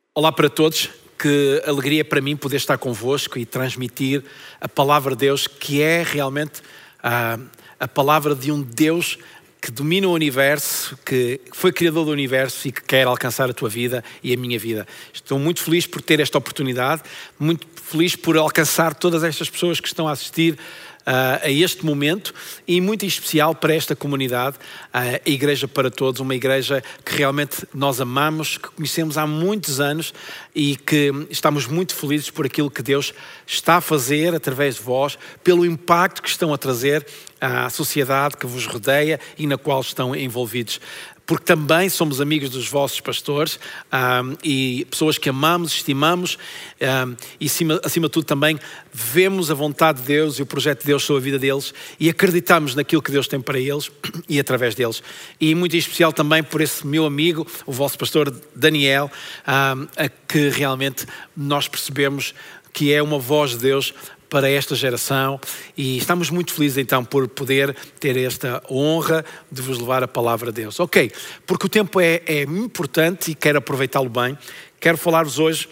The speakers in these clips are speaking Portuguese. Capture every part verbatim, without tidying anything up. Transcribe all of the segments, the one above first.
Olá para todos, que alegria para mim poder estar convosco e transmitir a palavra de Deus, que é realmente a, a palavra de um Deus que domina o universo, que foi criador do universo e que quer alcançar a tua vida e a minha vida. Estou muito feliz por ter esta oportunidade, muito feliz por alcançar todas estas pessoas que estão a assistir Uh, a este momento e muito em especial para esta comunidade, uh, a Igreja para Todos, uma igreja que realmente nós amamos, que conhecemos há muitos anos e que estamos muito felizes por aquilo que Deus está a fazer através de vós, pelo impacto que estão a trazer à sociedade que vos rodeia e na qual estão envolvidos. Porque também somos amigos dos vossos pastores um, e pessoas que amamos, estimamos um, e acima, acima de tudo também vemos a vontade de Deus e o projeto de Deus sobre a vida deles e acreditamos naquilo que Deus tem para eles e através deles. E muito em especial também por esse meu amigo, o vosso pastor Daniel, um, a que realmente nós percebemos que é uma voz de Deus para esta geração e estamos muito felizes então por poder ter esta honra de vos levar a palavra de Deus. Ok, porque o tempo é, é importante e quero aproveitá-lo bem. Quero falar-vos hoje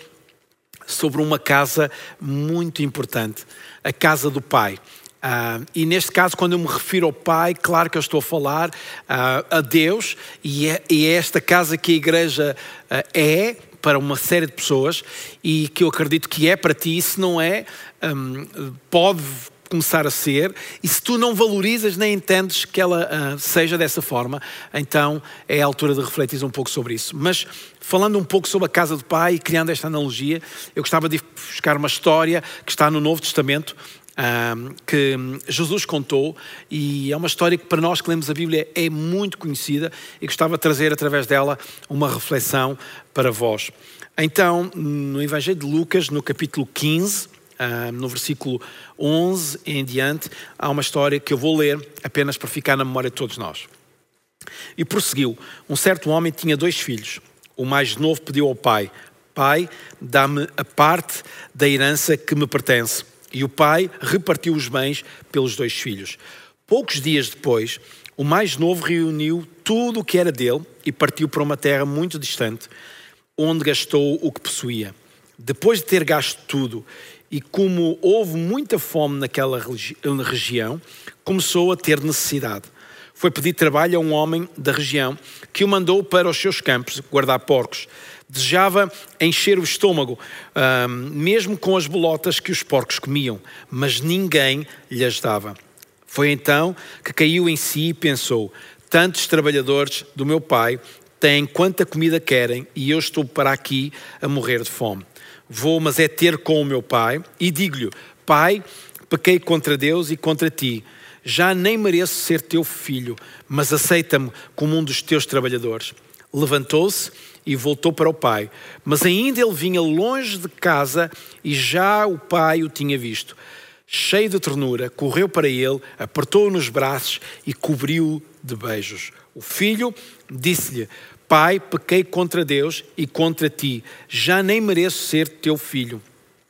sobre uma casa muito importante, a casa do Pai. Uh, e neste caso, quando eu me refiro ao Pai, claro que eu estou a falar uh, a Deus e é, e é esta casa que a igreja uh, é para uma série de pessoas e que eu acredito que é para ti, e se não é, um, pode começar a ser, e se tu não valorizas nem entendes que ela uh, seja dessa forma, então é a altura de refletir um pouco sobre isso. Mas falando um pouco sobre a casa do Pai e criando esta analogia, eu gostava de buscar uma história que está no Novo Testamento, Um, que Jesus contou, e é uma história que para nós que lemos a Bíblia é muito conhecida e gostava de trazer através dela uma reflexão para vós. Então, no Evangelho de Lucas, no capítulo quinze, um, no versículo onze em diante, há uma história que eu vou ler apenas para ficar na memória de todos nós. E prosseguiu: um certo homem tinha dois filhos. O mais novo pediu ao pai: Pai, dá-me a parte da herança que me pertence. E o pai repartiu os bens pelos dois filhos. Poucos dias depois, o mais novo reuniu tudo o que era dele e partiu para uma terra muito distante, onde gastou o que possuía. Depois de ter gasto tudo, e como houve muita fome naquela regi- região, começou a ter necessidade. Foi pedir trabalho a um homem da região que o mandou para os seus campos guardar porcos. Desejava encher o estômago, um, mesmo com as bolotas que os porcos comiam, mas ninguém lhes dava. Foi então que caiu em si e pensou: tantos trabalhadores do meu pai têm quanta comida querem e eu estou para aqui a morrer de fome. Vou, mas é ter com o meu pai e digo-lhe: Pai, pequei contra Deus e contra ti. Já nem mereço ser teu filho, mas aceita-me como um dos teus trabalhadores. Levantou-se e voltou para o pai, mas ainda ele vinha longe de casa e já o pai o tinha visto. Cheio de ternura, correu para ele, apertou-o nos braços e cobriu-o de beijos. O filho disse-lhe: Pai, pequei contra Deus e contra ti, já nem mereço ser teu filho.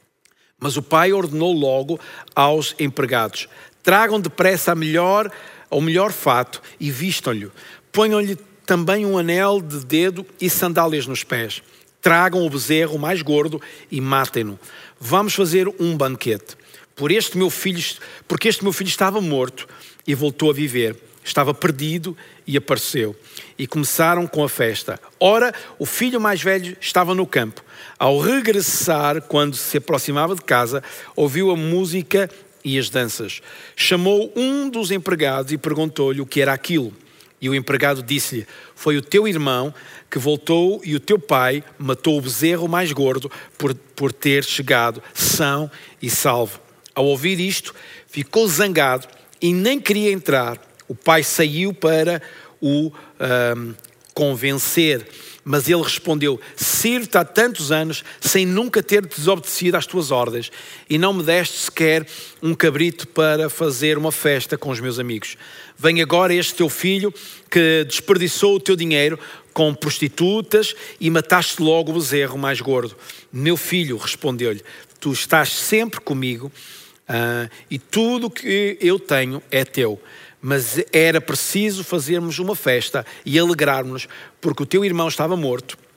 Mas o pai ordenou logo aos empregados: tragam depressa a melhor, ao melhor fato e vistam-lhe. Ponham-lhe também um anel de dedo e sandálias nos pés. Tragam o bezerro mais gordo e matem-no. Vamos fazer um banquete. Por este meu filho, porque este meu filho estava morto e voltou a viver. Estava perdido e apareceu. E começaram com a festa. Ora, o filho mais velho estava no campo. Ao regressar, quando se aproximava de casa, ouviu a música e as danças. Chamou um dos empregados e perguntou-lhe o que era aquilo. E o empregado disse-lhe: foi o teu irmão que voltou e o teu pai matou o bezerro mais gordo por, por ter chegado são e salvo. Ao ouvir isto, ficou zangado e nem queria entrar. O pai saiu para o um, convencer, mas ele respondeu: sirvo-te há tantos anos sem nunca ter desobedecido às tuas ordens e não me deste sequer um cabrito para fazer uma festa com os meus amigos. Vem agora este teu filho que desperdiçou o teu dinheiro com prostitutas e mataste logo o bezerro mais gordo. Meu filho, respondeu-lhe, tu estás sempre comigo uh, e tudo o que eu tenho é teu. Mas era preciso fazermos uma festa e alegrarmos-nos, porque o teu irmão estava morto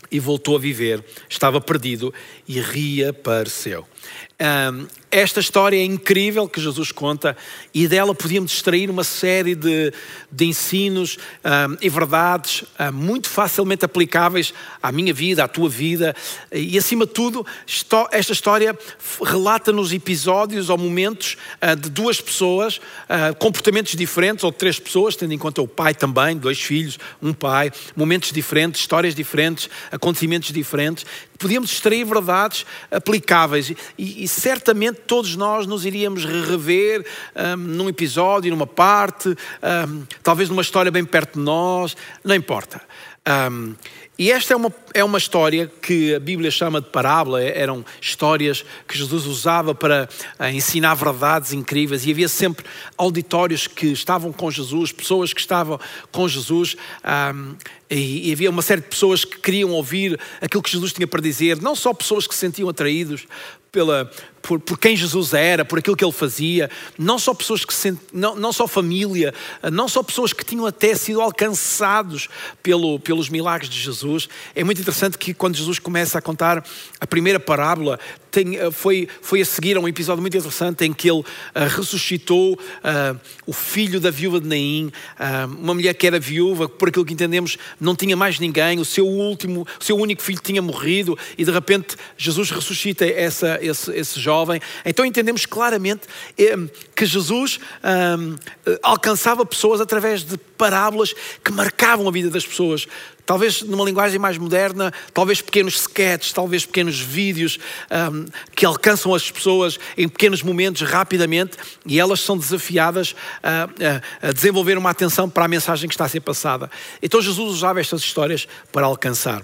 e voltou a viver, estava perdido e reapareceu. Um, esta história é incrível que Jesus conta e dela podíamos extrair uma série de, de ensinos um, e verdades um, muito facilmente aplicáveis à minha vida, à tua vida e acima de tudo esta história relata-nos episódios ou momentos uh, de duas pessoas, uh, comportamentos diferentes ou de três pessoas, tendo em conta o pai também, dois filhos, um pai, momentos diferentes, histórias diferentes, acontecimentos diferentes. Podíamos extrair verdades aplicáveis e, e certamente todos nós nos iríamos rever um, num episódio, numa parte, um, talvez numa história bem perto de nós, não importa. Um, e esta é uma, é uma história que a Bíblia chama de parábola, eram histórias que Jesus usava para uh, ensinar verdades incríveis e havia sempre auditórios que estavam com Jesus, pessoas que estavam com Jesus um, e, e havia uma série de pessoas que queriam ouvir aquilo que Jesus tinha para dizer, não só pessoas que se sentiam atraídos pela, por, por quem Jesus era, por aquilo que ele fazia, não só pessoas que se, não, não só família, não só pessoas que tinham até sido alcançados pelo, pelos milagres de Jesus. É muito interessante que quando Jesus começa a contar a primeira parábola, tem, foi, foi a seguir a um episódio muito interessante em que ele uh, ressuscitou uh, o filho da viúva de Naim, uh, uma mulher que era viúva, por aquilo que entendemos, não tinha mais ninguém, o seu último, o seu único filho tinha morrido e de repente Jesus ressuscita essa, esse, esse jovem. Então entendemos claramente eh, que Jesus um, alcançava pessoas através de parábolas que marcavam a vida das pessoas. Talvez numa linguagem mais moderna, talvez pequenos sketches, talvez pequenos vídeos um, que alcançam as pessoas em pequenos momentos rapidamente e elas são desafiadas a, a, a desenvolver uma atenção para a mensagem que está a ser passada. Então Jesus usava estas histórias para alcançar.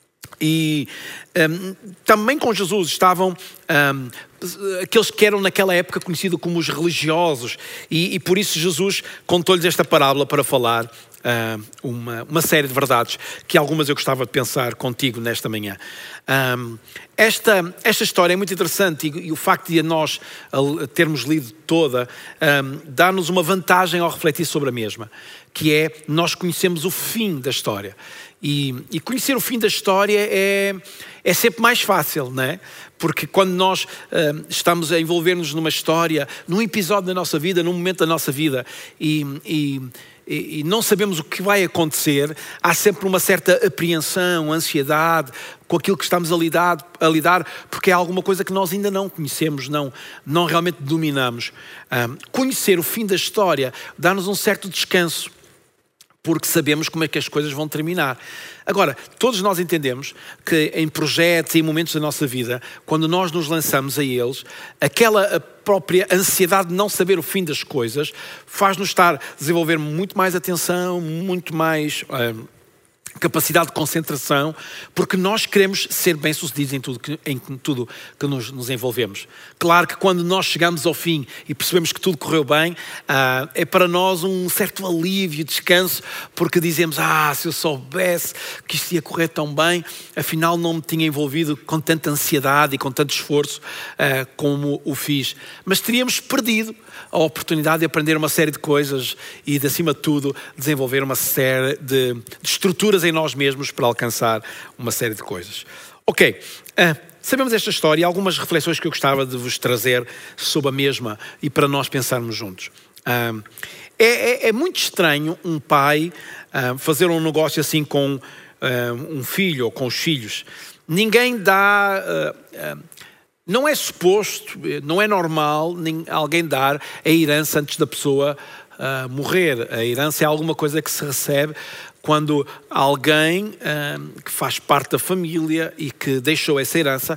E um, também com Jesus estavam um, aqueles que eram naquela época conhecidos como os religiosos e, e por isso Jesus contou-lhes esta parábola para falar uh, uma, uma série de verdades que algumas eu gostava de pensar contigo nesta manhã. Um, esta, esta história é muito interessante e, e o facto de nós a, a termos lido toda um, dá-nos uma vantagem ao refletir sobre a mesma, que é nós conhecemos o fim da história. E, e conhecer o fim da história é, é sempre mais fácil, não é? Porque quando nós uh, estamos a envolver-nos numa história, num episódio da nossa vida, num momento da nossa vida e, e, e não sabemos o que vai acontecer, há sempre uma certa apreensão, ansiedade com aquilo que estamos a lidar, a lidar porque é alguma coisa que nós ainda não conhecemos, não, não realmente dominamos. Um, conhecer o fim da história dá-nos um certo descanso, porque sabemos como é que as coisas vão terminar. Agora, todos nós entendemos que em projetos e em momentos da nossa vida, quando nós nos lançamos a eles, aquela própria ansiedade de não saber o fim das coisas faz-nos estar a desenvolver muito mais atenção, muito mais hum, capacidade de concentração, porque nós queremos ser bem-sucedidos em tudo que, em tudo que nos, nos envolvemos. Claro que quando nós chegamos ao fim e percebemos que tudo correu bem, uh, é para nós um certo alívio, descanso, porque dizemos, ah, se eu soubesse que isto ia correr tão bem, afinal não me tinha envolvido com tanta ansiedade e com tanto esforço uh, como o fiz. Mas teríamos perdido a oportunidade de aprender uma série de coisas e, de acima de tudo, desenvolver uma série de, de estruturas em nós mesmos para alcançar uma série de coisas. Ok, uh, sabemos esta história e algumas reflexões que eu gostava de vos trazer sobre a mesma e para nós pensarmos juntos. Uh, é, é, é muito estranho um pai uh, fazer um negócio assim com uh, um filho ou com os filhos. Ninguém dá... Uh, uh, Não é suposto, não é normal alguém dar a herança antes da pessoa uh, morrer. A herança é alguma coisa que se recebe quando alguém uh, que faz parte da família e que deixou essa herança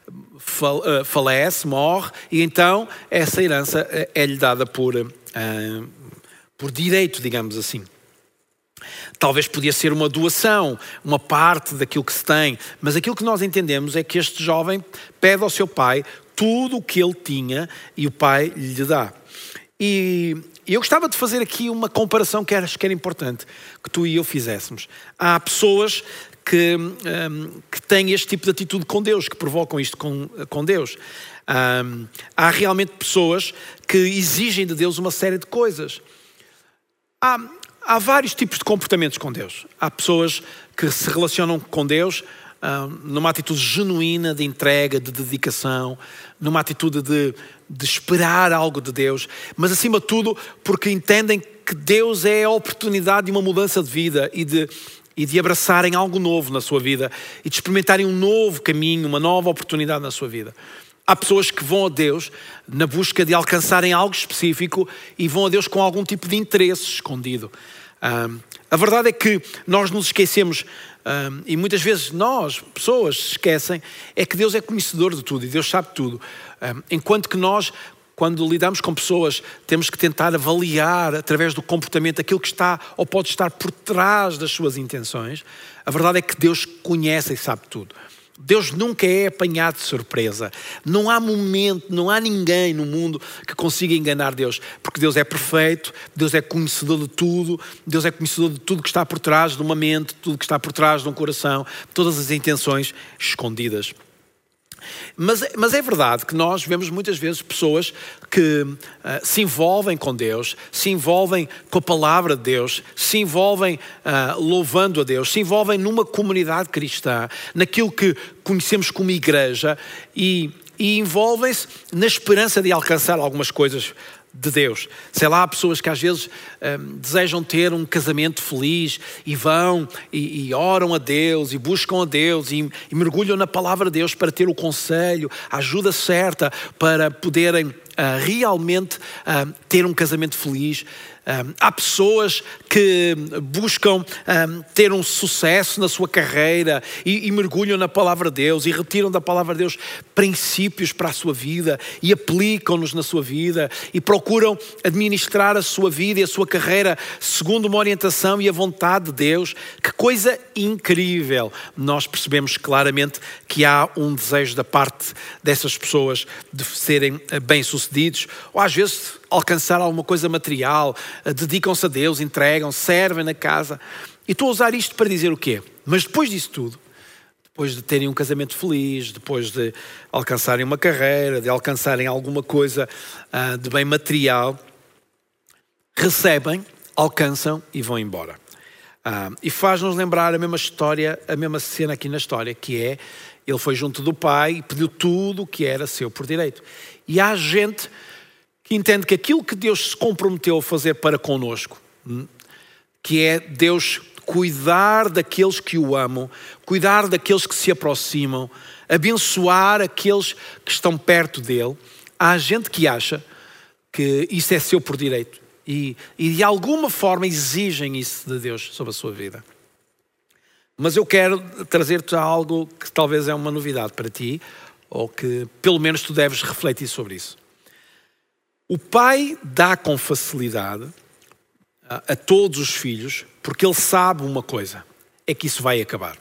falece, morre, e então essa herança é-lhe dada por, uh, por direito, digamos assim. Talvez podia ser uma doação, uma parte daquilo que se tem, mas aquilo que nós entendemos é que este jovem pede ao seu pai tudo o que ele tinha e o pai lhe dá. E eu gostava de fazer aqui uma comparação que acho que era importante que tu e eu fizéssemos. Há pessoas que, um, que têm este tipo de atitude com Deus, que provocam isto com, com Deus. Um, há realmente pessoas que exigem de Deus uma série de coisas. Há... Há vários tipos de comportamentos com Deus. Há pessoas que se relacionam com Deus numa atitude genuína de entrega, de dedicação, numa atitude de, de esperar algo de Deus, mas acima de tudo porque entendem que Deus é a oportunidade de uma mudança de vida e de, e de abraçarem algo novo na sua vida e de experimentarem um novo caminho, uma nova oportunidade na sua vida. Há pessoas que vão a Deus na busca de alcançarem algo específico e vão a Deus com algum tipo de interesse escondido. Um, a verdade é que nós nos esquecemos, um, e muitas vezes nós, pessoas, se esquecem, é que Deus é conhecedor de tudo e Deus sabe tudo. Um, enquanto que nós, quando lidamos com pessoas, temos que tentar avaliar através do comportamento aquilo que está ou pode estar por trás das suas intenções. A verdade é que Deus conhece e sabe tudo. Deus nunca é apanhado de surpresa. Não há momento, não há ninguém no mundo que consiga enganar Deus. Porque Deus é perfeito, Deus é conhecedor de tudo, Deus é conhecedor de tudo que está por trás de uma mente, tudo que está por trás de um coração, todas as intenções escondidas. Mas, mas é verdade que nós vemos muitas vezes pessoas que uh, se envolvem com Deus, se envolvem com a palavra de Deus, se envolvem uh, louvando a Deus, se envolvem numa comunidade cristã, naquilo que conhecemos como igreja e, e envolvem-se na esperança de alcançar algumas coisas de Deus. Sei lá, há pessoas que às vezes um, desejam ter um casamento feliz e vão e, e oram a Deus e buscam a Deus e, e mergulham na palavra de Deus para ter o conselho, a ajuda certa para poderem uh, realmente uh, ter um casamento feliz. Um, há pessoas que buscam um, ter um sucesso na sua carreira e, e mergulham na palavra de Deus e retiram da palavra de Deus princípios para a sua vida e aplicam-nos na sua vida e procuram administrar a sua vida e a sua carreira segundo uma orientação e a vontade de Deus. Que coisa incrível! Nós percebemos claramente que há um desejo da parte dessas pessoas de serem bem-sucedidos ou às vezes alcançar alguma coisa material, dedicam-se a Deus, entregam, servem na casa. E estou a usar isto para dizer o quê? Mas depois disso tudo, depois de terem um casamento feliz, depois de alcançarem uma carreira, de alcançarem alguma coisa uh, de bem material, recebem, alcançam e vão embora. Uh, e faz-nos lembrar a mesma história, a mesma cena aqui na história, que é, ele foi junto do pai e pediu tudo o que era seu por direito. E há gente que entende que aquilo que Deus se comprometeu a fazer para connosco, que é Deus cuidar daqueles que o amam, cuidar daqueles que se aproximam, abençoar aqueles que estão perto dele, há gente que acha que isso é seu por direito e, e de alguma forma exigem isso de Deus sobre a sua vida. Mas eu quero trazer-te algo que talvez é uma novidade para ti, ou que pelo menos tu deves refletir sobre isso. O pai dá com facilidade a, a todos os filhos, porque ele sabe uma coisa, é que isso vai acabar.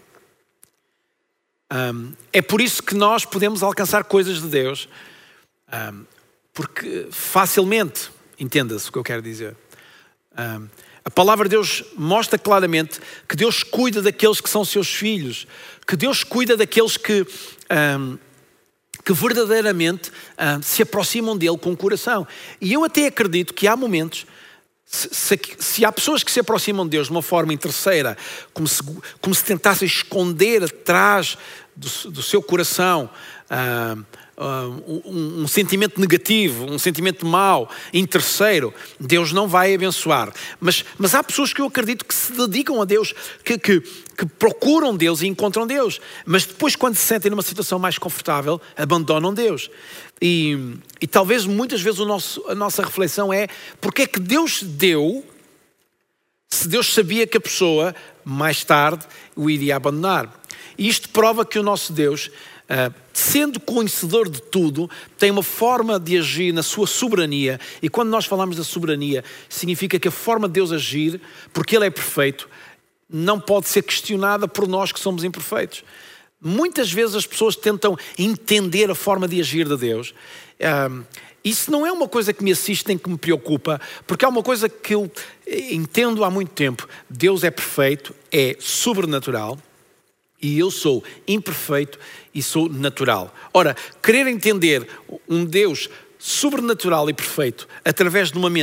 Um, é por isso que nós podemos alcançar coisas de Deus, um, porque facilmente, entenda-se o que eu quero dizer. Um, a palavra de Deus mostra claramente que Deus cuida daqueles que são seus filhos, que Deus cuida daqueles que... Um, que verdadeiramente uh, se aproximam dele com o coração. E eu até acredito que há momentos, se, se, se há pessoas que se aproximam de Deus de uma forma interesseira, como se, como se tentassem esconder atrás do, do seu coração uh, uh, um, um sentimento negativo, um sentimento mau, interesseiro, Deus não vai abençoar. Mas, mas há pessoas que eu acredito que se dedicam a Deus, que... que que procuram Deus e encontram Deus, mas depois quando se sentem numa situação mais confortável, abandonam Deus. E, e talvez muitas vezes o nosso, a nossa reflexão é, porque é que Deus deu, se Deus sabia que a pessoa mais tarde o iria abandonar? E isto prova que o nosso Deus, uh, sendo conhecedor de tudo, tem uma forma de agir na sua soberania. E quando nós falamos da soberania, significa que a forma de Deus agir, porque Ele é perfeito, não pode ser questionada por nós que somos imperfeitos. Muitas vezes as pessoas tentam entender a forma de agir de Deus. Um, isso não é uma coisa que me assiste nem que me preocupa, porque é uma coisa que eu entendo há muito tempo. Deus é perfeito, é sobrenatural, e eu sou imperfeito e sou natural. Ora, querer entender um Deus sobrenatural e perfeito através de uma mente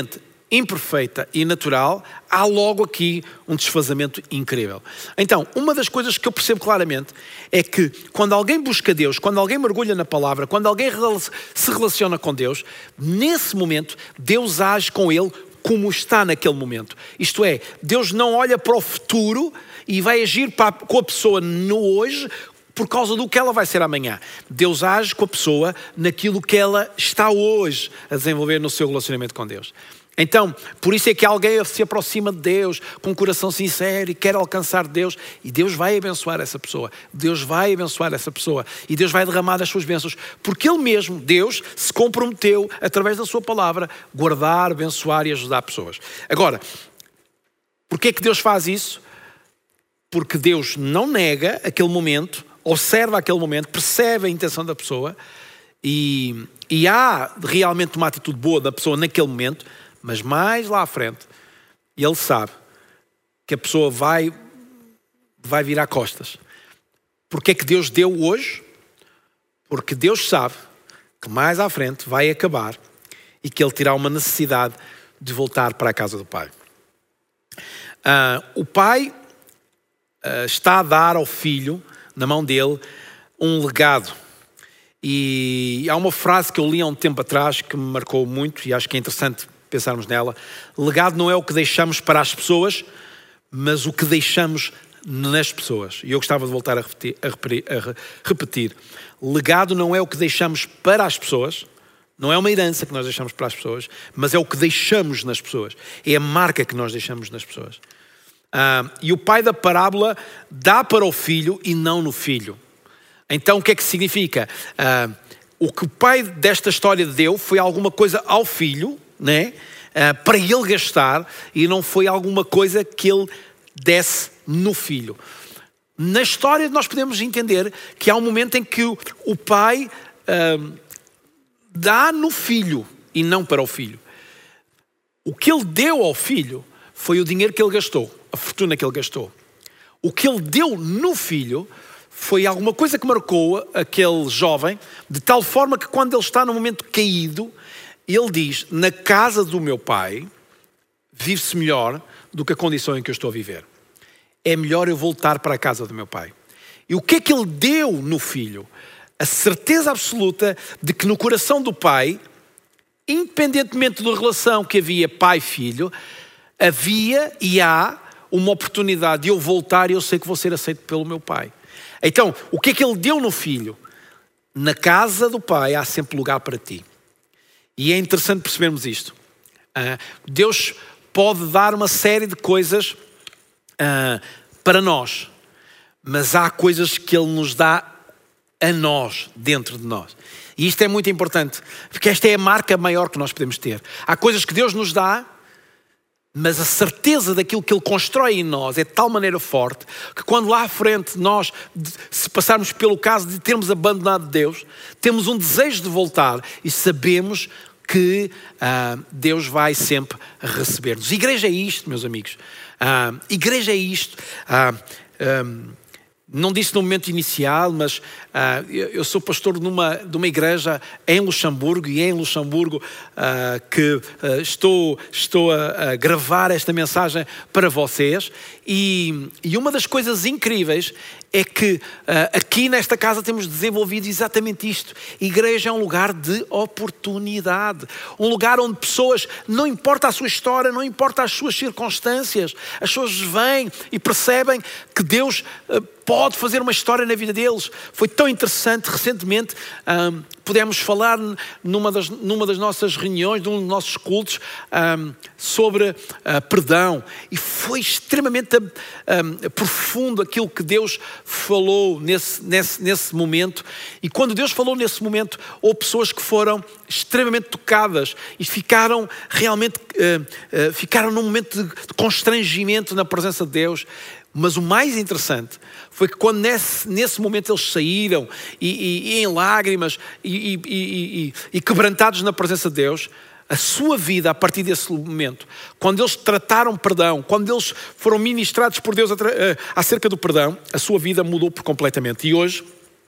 imperfeita e natural, há logo aqui um desfazamento incrível. Então, uma das coisas que eu percebo claramente é que quando alguém busca Deus, quando alguém mergulha na palavra, quando alguém se relaciona com Deus, nesse momento, Deus age com ele como está naquele momento. Isto é, Deus não olha para o futuro e vai agir para, com a pessoa no hoje por causa do que ela vai ser amanhã. Deus age com a pessoa naquilo que ela está hoje a desenvolver no seu relacionamento com Deus. Então, por isso é que alguém se aproxima de Deus com um coração sincero e quer alcançar Deus, e Deus vai abençoar essa pessoa, Deus vai abençoar essa pessoa e Deus vai derramar as suas bênçãos, porque Ele mesmo, Deus, se comprometeu através da sua palavra, guardar, abençoar e ajudar pessoas. Agora, porquê é que Deus faz isso? Porque Deus não nega aquele momento, observa aquele momento, percebe a intenção da pessoa e, e há realmente uma atitude boa da pessoa naquele momento. Mas mais lá à frente, ele sabe que a pessoa vai, vai virar costas. Porque é que Deus deu hoje? Porque Deus sabe que mais à frente vai acabar e que ele terá uma necessidade de voltar para a casa do Pai. Uh, o Pai uh, está a dar ao Filho, na mão dele, um legado. E há uma frase que eu li há um tempo atrás que me marcou muito e acho que é interessante pensarmos nela. Legado não é o que deixamos para as pessoas, mas o que deixamos nas pessoas. E eu gostava de voltar a repetir, a repetir, a repetir. Legado não é o que deixamos para as pessoas, não é uma herança que nós deixamos para as pessoas, mas é o que deixamos nas pessoas. É a marca que nós deixamos nas pessoas. Uh, e o pai da parábola dá para o filho e não no filho. Então o que é que significa? Uh, o que o pai desta história deu foi alguma coisa ao filho, né? Uh, para ele gastar, e não foi alguma coisa que ele desse no filho. Na história nós podemos entender que há um momento em que o, o pai uh, dá no filho e não para o filho. O que ele deu ao filho foi o dinheiro que ele gastou, a fortuna que ele gastou. O que ele deu no filho foi alguma coisa que marcou aquele jovem, de tal forma que quando ele está no momento caído, ele diz: na casa do meu pai vive-se melhor do que a condição em que eu estou a viver. É melhor eu voltar para a casa do meu pai. E o que é que ele deu no filho? A certeza absoluta de que no coração do pai, independentemente da relação que havia pai-filho, havia e há uma oportunidade de eu voltar e eu sei que vou ser aceito pelo meu pai. Então, o que é que ele deu no filho? Na casa do pai há sempre lugar para ti. E é interessante percebermos isto. Uh, Deus pode dar uma série de coisas uh, para nós, mas há coisas que Ele nos dá a nós, dentro de nós. E isto é muito importante, porque esta é a marca maior que nós podemos ter. Há coisas que Deus nos dá, mas a certeza daquilo que Ele constrói em nós é de tal maneira forte que quando lá à frente nós, se passarmos pelo caso de termos abandonado Deus, temos um desejo de voltar e sabemos que uh, Deus vai sempre receber-nos. Igreja é isto, meus amigos. Uh, igreja é isto. Uh, um, não disse no momento inicial, mas uh, eu sou pastor numa, de uma igreja em Luxemburgo, e é em Luxemburgo uh, que uh, estou, estou a, a gravar esta mensagem para vocês. E, e uma das coisas incríveis é que uh, aqui nesta casa temos desenvolvido exatamente isto. Igreja é um lugar de oportunidade. Um lugar onde pessoas, não importa a sua história, não importa as suas circunstâncias, as pessoas vêm e percebem que Deus uh, pode fazer uma história na vida deles. Foi tão interessante, recentemente um, pudemos falar numa das, numa das nossas reuniões, num dos nossos cultos, um, sobre uh, perdão. E foi extremamente um, profundo aquilo que Deus falou nesse, nesse, nesse momento. E quando Deus falou nesse momento, houve pessoas que foram extremamente tocadas e ficaram realmente, uh, uh, ficaram num momento de, de constrangimento na presença de Deus. Mas o mais interessante foi que quando nesse, nesse momento eles saíram e, e, e em lágrimas e, e, e, e quebrantados na presença de Deus, a sua vida a partir desse momento, quando eles trataram perdão, quando eles foram ministrados por Deus acerca do perdão, a sua vida mudou por completamente. E hoje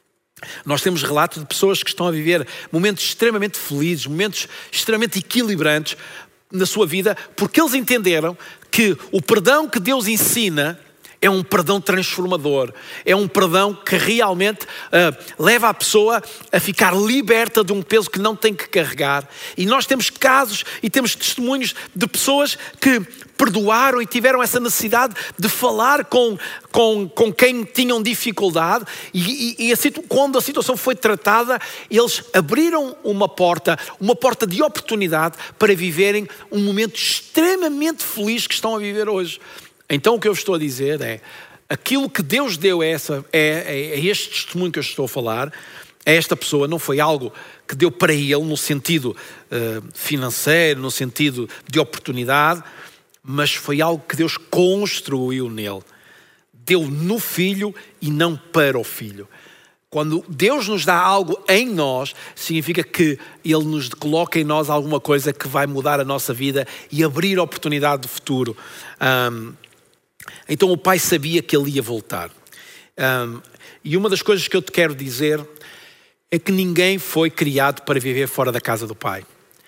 nós temos relatos de pessoas que estão a viver momentos extremamente felizes, momentos extremamente equilibrantes, na sua vida, porque eles entenderam que o perdão que Deus ensina é um perdão transformador, é um perdão que realmente uh, leva a pessoa a ficar liberta de um peso que não tem que carregar. E nós temos casos e temos testemunhos de pessoas que perdoaram e tiveram essa necessidade de falar com, com, com quem tinham dificuldade e, e, e a situ- quando a situação foi tratada, eles abriram uma porta, uma porta de oportunidade para viverem um momento extremamente feliz que estão a viver hoje. Então o que eu estou a dizer é, aquilo que Deus deu a, essa, é, é este testemunho que eu estou a falar, a esta pessoa não foi algo que deu para ele no sentido uh, financeiro, no sentido de oportunidade, mas foi algo que Deus construiu nele. Deu no filho e não para o filho. Quando Deus nos dá algo em nós, significa que Ele nos coloca em nós alguma coisa que vai mudar a nossa vida e abrir a oportunidade do futuro. Um, então o pai sabia que ele ia voltar. Um, e uma das coisas que eu te quero dizer é que ninguém foi criado para viver fora da casa do pai.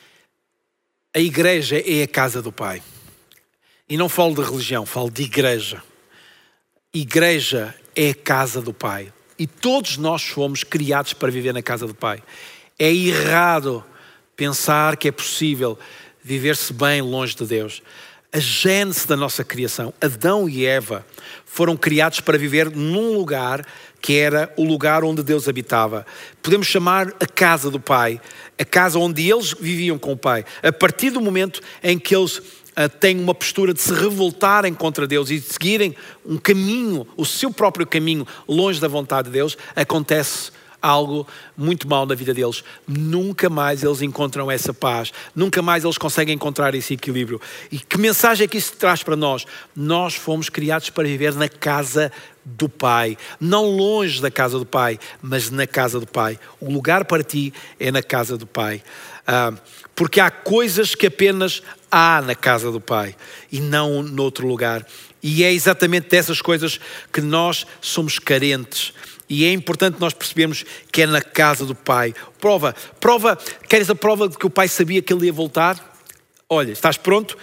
A igreja é a casa do pai. E não falo de religião, falo de igreja. Igreja é a casa do pai. E todos nós fomos criados para viver na casa do pai. É errado pensar que é possível viver-se bem longe de Deus. A gênese da nossa criação, Adão e Eva, foram criados para viver num lugar que era o lugar onde Deus habitava. Podemos chamar a casa do pai, a casa onde eles viviam com o pai. A partir do momento em que eles uh, têm uma postura de se revoltarem contra Deus e de seguirem um caminho, o seu próprio caminho, longe da vontade de Deus, acontece algo muito mal na vida deles. Nunca mais eles encontram essa paz. Nunca mais eles conseguem encontrar esse equilíbrio. E que mensagem é que isso traz para nós? Nós fomos criados para viver na casa do Pai. Não longe da casa do Pai, mas na casa do Pai. O lugar para ti é na casa do Pai. Ah, porque há coisas que apenas há na casa do Pai e não noutro lugar. E é exatamente dessas coisas que nós somos carentes. E é importante nós percebermos que é na casa do Pai. Prova, prova, queres a prova de que o Pai sabia que ele ia voltar? Olha, estás pronto?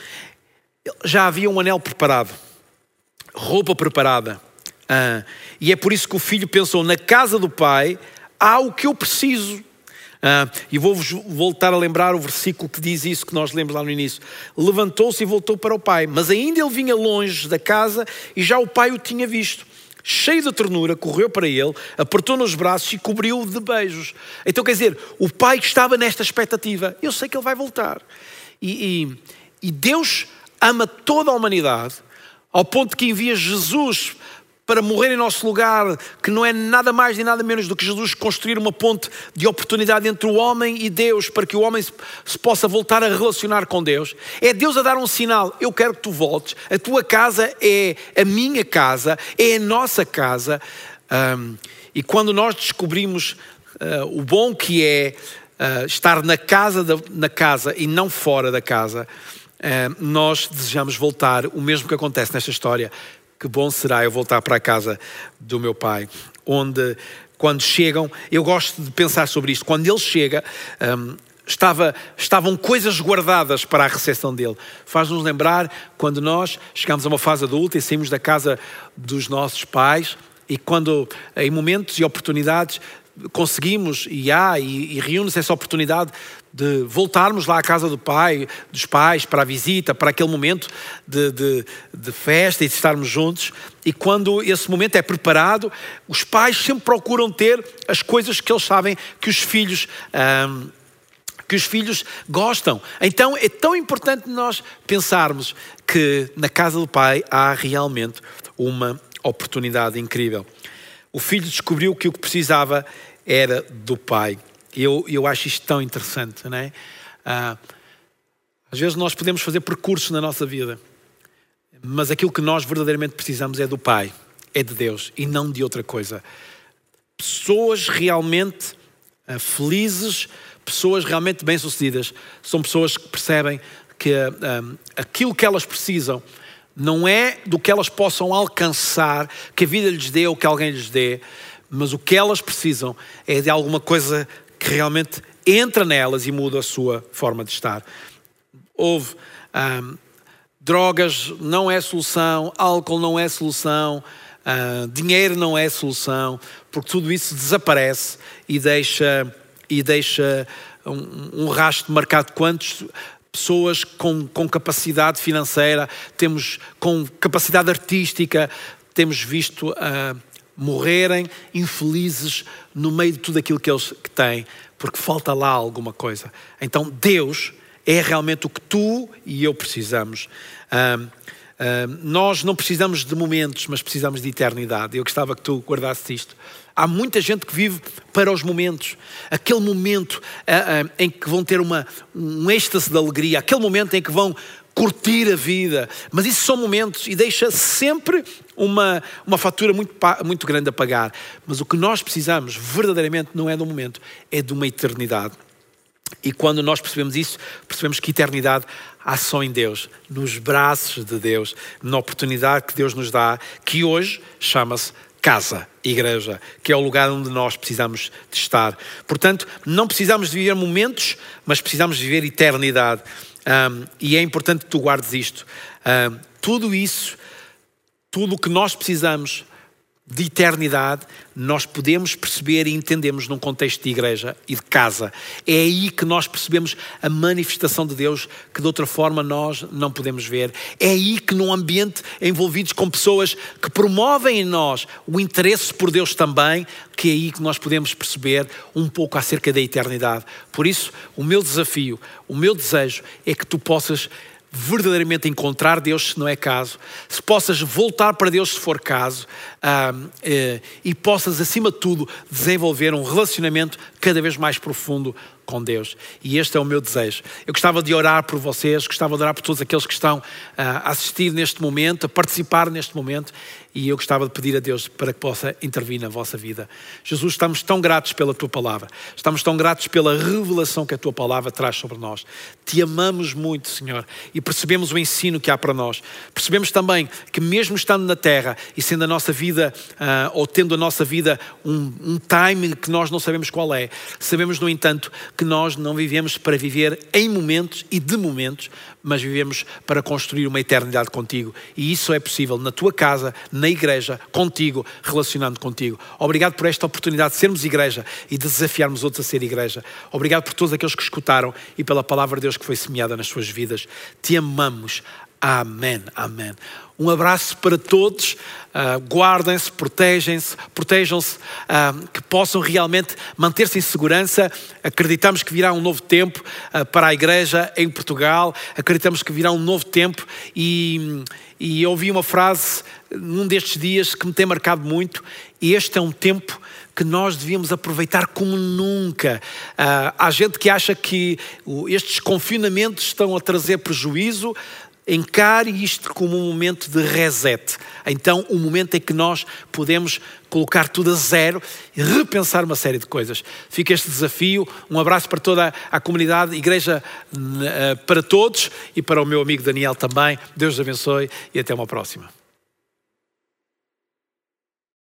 Já havia um anel preparado, roupa preparada. Ah, e é por isso que o filho pensou, na casa do Pai há o que eu preciso. Ah, e vou-vos voltar a lembrar o versículo que diz isso que nós lemos lá no início. Levantou-se e voltou para o pai, mas ainda ele vinha longe da casa e já o pai o tinha visto. Cheio de ternura, correu para ele, apertou nos braços e cobriu-o de beijos. Então quer dizer, o pai estava nesta expectativa. Eu sei que ele vai voltar. E, e, e Deus ama toda a humanidade ao ponto que envia Jesus para morrer em nosso lugar, que não é nada mais nem nada menos do que Jesus construir uma ponte de oportunidade entre o homem e Deus, para que o homem se, se possa voltar a relacionar com Deus. É Deus a dar um sinal, eu quero que tu voltes, a tua casa é a minha casa, é a nossa casa. Um, e quando nós descobrimos uh, o bom que é uh, estar na casa, da, na casa e não fora da casa, uh, nós desejamos voltar, o mesmo que acontece nesta história. Que bom será eu voltar para a casa do meu pai, onde quando chegam, eu gosto de pensar sobre isto, quando ele chega, um, estava, estavam coisas guardadas para a recepção dele. Faz-nos lembrar quando nós chegamos a uma fase adulta e saímos da casa dos nossos pais e quando em momentos e oportunidades conseguimos e há e, e reúne-se essa oportunidade de voltarmos lá à casa do pai, dos pais, para a visita, para aquele momento de, de, de festa e de estarmos juntos. E quando esse momento é preparado, os pais sempre procuram ter as coisas que eles sabem que os filhos, hum, que os filhos gostam. Então é tão importante nós pensarmos que na casa do pai há realmente uma oportunidade incrível. O filho descobriu que o que precisava era do pai. Eu, eu acho isto tão interessante, não é? Ah, às vezes nós podemos fazer percursos na nossa vida, mas aquilo que nós verdadeiramente precisamos é do Pai, é de Deus e não de outra coisa. Pessoas realmente ah, felizes, pessoas realmente bem-sucedidas, são pessoas que percebem que ah, aquilo que elas precisam não é do que elas possam alcançar, que a vida lhes dê ou que alguém lhes dê, mas o que elas precisam é de alguma coisa que realmente entra nelas e muda a sua forma de estar. Houve um, drogas não é solução, álcool não é solução, uh, dinheiro não é solução, porque tudo isso desaparece e deixa, e deixa um, um rastro marcado. Quantas pessoas com, com capacidade financeira, temos com capacidade artística, temos visto uh, morrerem infelizes no meio de tudo aquilo que eles que têm, porque falta lá alguma coisa. Então Deus é realmente o que tu e eu precisamos. Uh, uh, nós não precisamos de momentos, mas precisamos de eternidade. Eu gostava que tu guardasses isto. Há muita gente que vive para os momentos. Aquele momento uh, uh, em que vão ter uma, um êxtase de alegria. Aquele momento em que vão curtir a vida. Mas isso são momentos e deixa sempre uma, uma fatura muito, muito grande a pagar. Mas o que nós precisamos verdadeiramente não é de um momento, é de uma eternidade. E quando nós percebemos isso, percebemos que eternidade há só em Deus, nos braços de Deus, na oportunidade que Deus nos dá, que hoje chama-se casa, igreja, que é o lugar onde nós precisamos de estar. Portanto, não precisamos de viver momentos, mas precisamos de viver eternidade. Um, e é importante que tu guardes isto. Um, tudo isso, tudo o que nós precisamos de eternidade, nós podemos perceber e entendemos num contexto de igreja e de casa. É aí que nós percebemos a manifestação de Deus que de outra forma nós não podemos ver. É aí que num ambiente envolvidos com pessoas que promovem em nós o interesse por Deus também, que é aí que nós podemos perceber um pouco acerca da eternidade. Por isso, o meu desafio, o meu desejo é que tu possas verdadeiramente encontrar Deus, se não é caso, se possas voltar para Deus, se for caso, um, e, e possas, acima de tudo, desenvolver um relacionamento cada vez mais profundo com Deus. E este é o meu desejo. Eu gostava de orar por vocês, gostava de orar por todos aqueles que estão uh, a assistir neste momento, a participar neste momento, e eu gostava de pedir a Deus para que possa intervir na vossa vida. Jesus, estamos tão gratos pela Tua Palavra, estamos tão gratos pela revelação que a Tua Palavra traz sobre nós. Te amamos muito, Senhor, e percebemos o ensino que há para nós. Percebemos também que mesmo estando na terra e sendo a nossa vida, uh, ou tendo a nossa vida um, um timing que nós não sabemos qual é, sabemos, no entanto, que nós não vivemos para viver em momentos e de momentos, mas vivemos para construir uma eternidade contigo. E isso é possível na tua casa, na igreja, contigo, relacionando contigo. Obrigado por esta oportunidade de sermos igreja e de desafiarmos outros a ser igreja. Obrigado por todos aqueles que escutaram e pela palavra de Deus que foi semeada nas suas vidas. Te amamos. Amém, amém. Um abraço para todos, uh, guardem-se, protegem-se, protejam-se, uh, que possam realmente manter-se em segurança. Acreditamos que virá um novo tempo uh, para a igreja em Portugal, acreditamos que virá um novo tempo e, e eu ouvi uma frase num destes dias que me tem marcado muito, e este é um tempo que nós devíamos aproveitar como nunca. Uh, há gente que acha que estes confinamentos estão a trazer prejuízo. Encare isto como um momento de reset. Então, um momento em que nós podemos colocar tudo a zero e repensar uma série de coisas. Fica este desafio. Um abraço para toda a comunidade, igreja para todos e para o meu amigo Daniel também. Deus os abençoe e até uma próxima.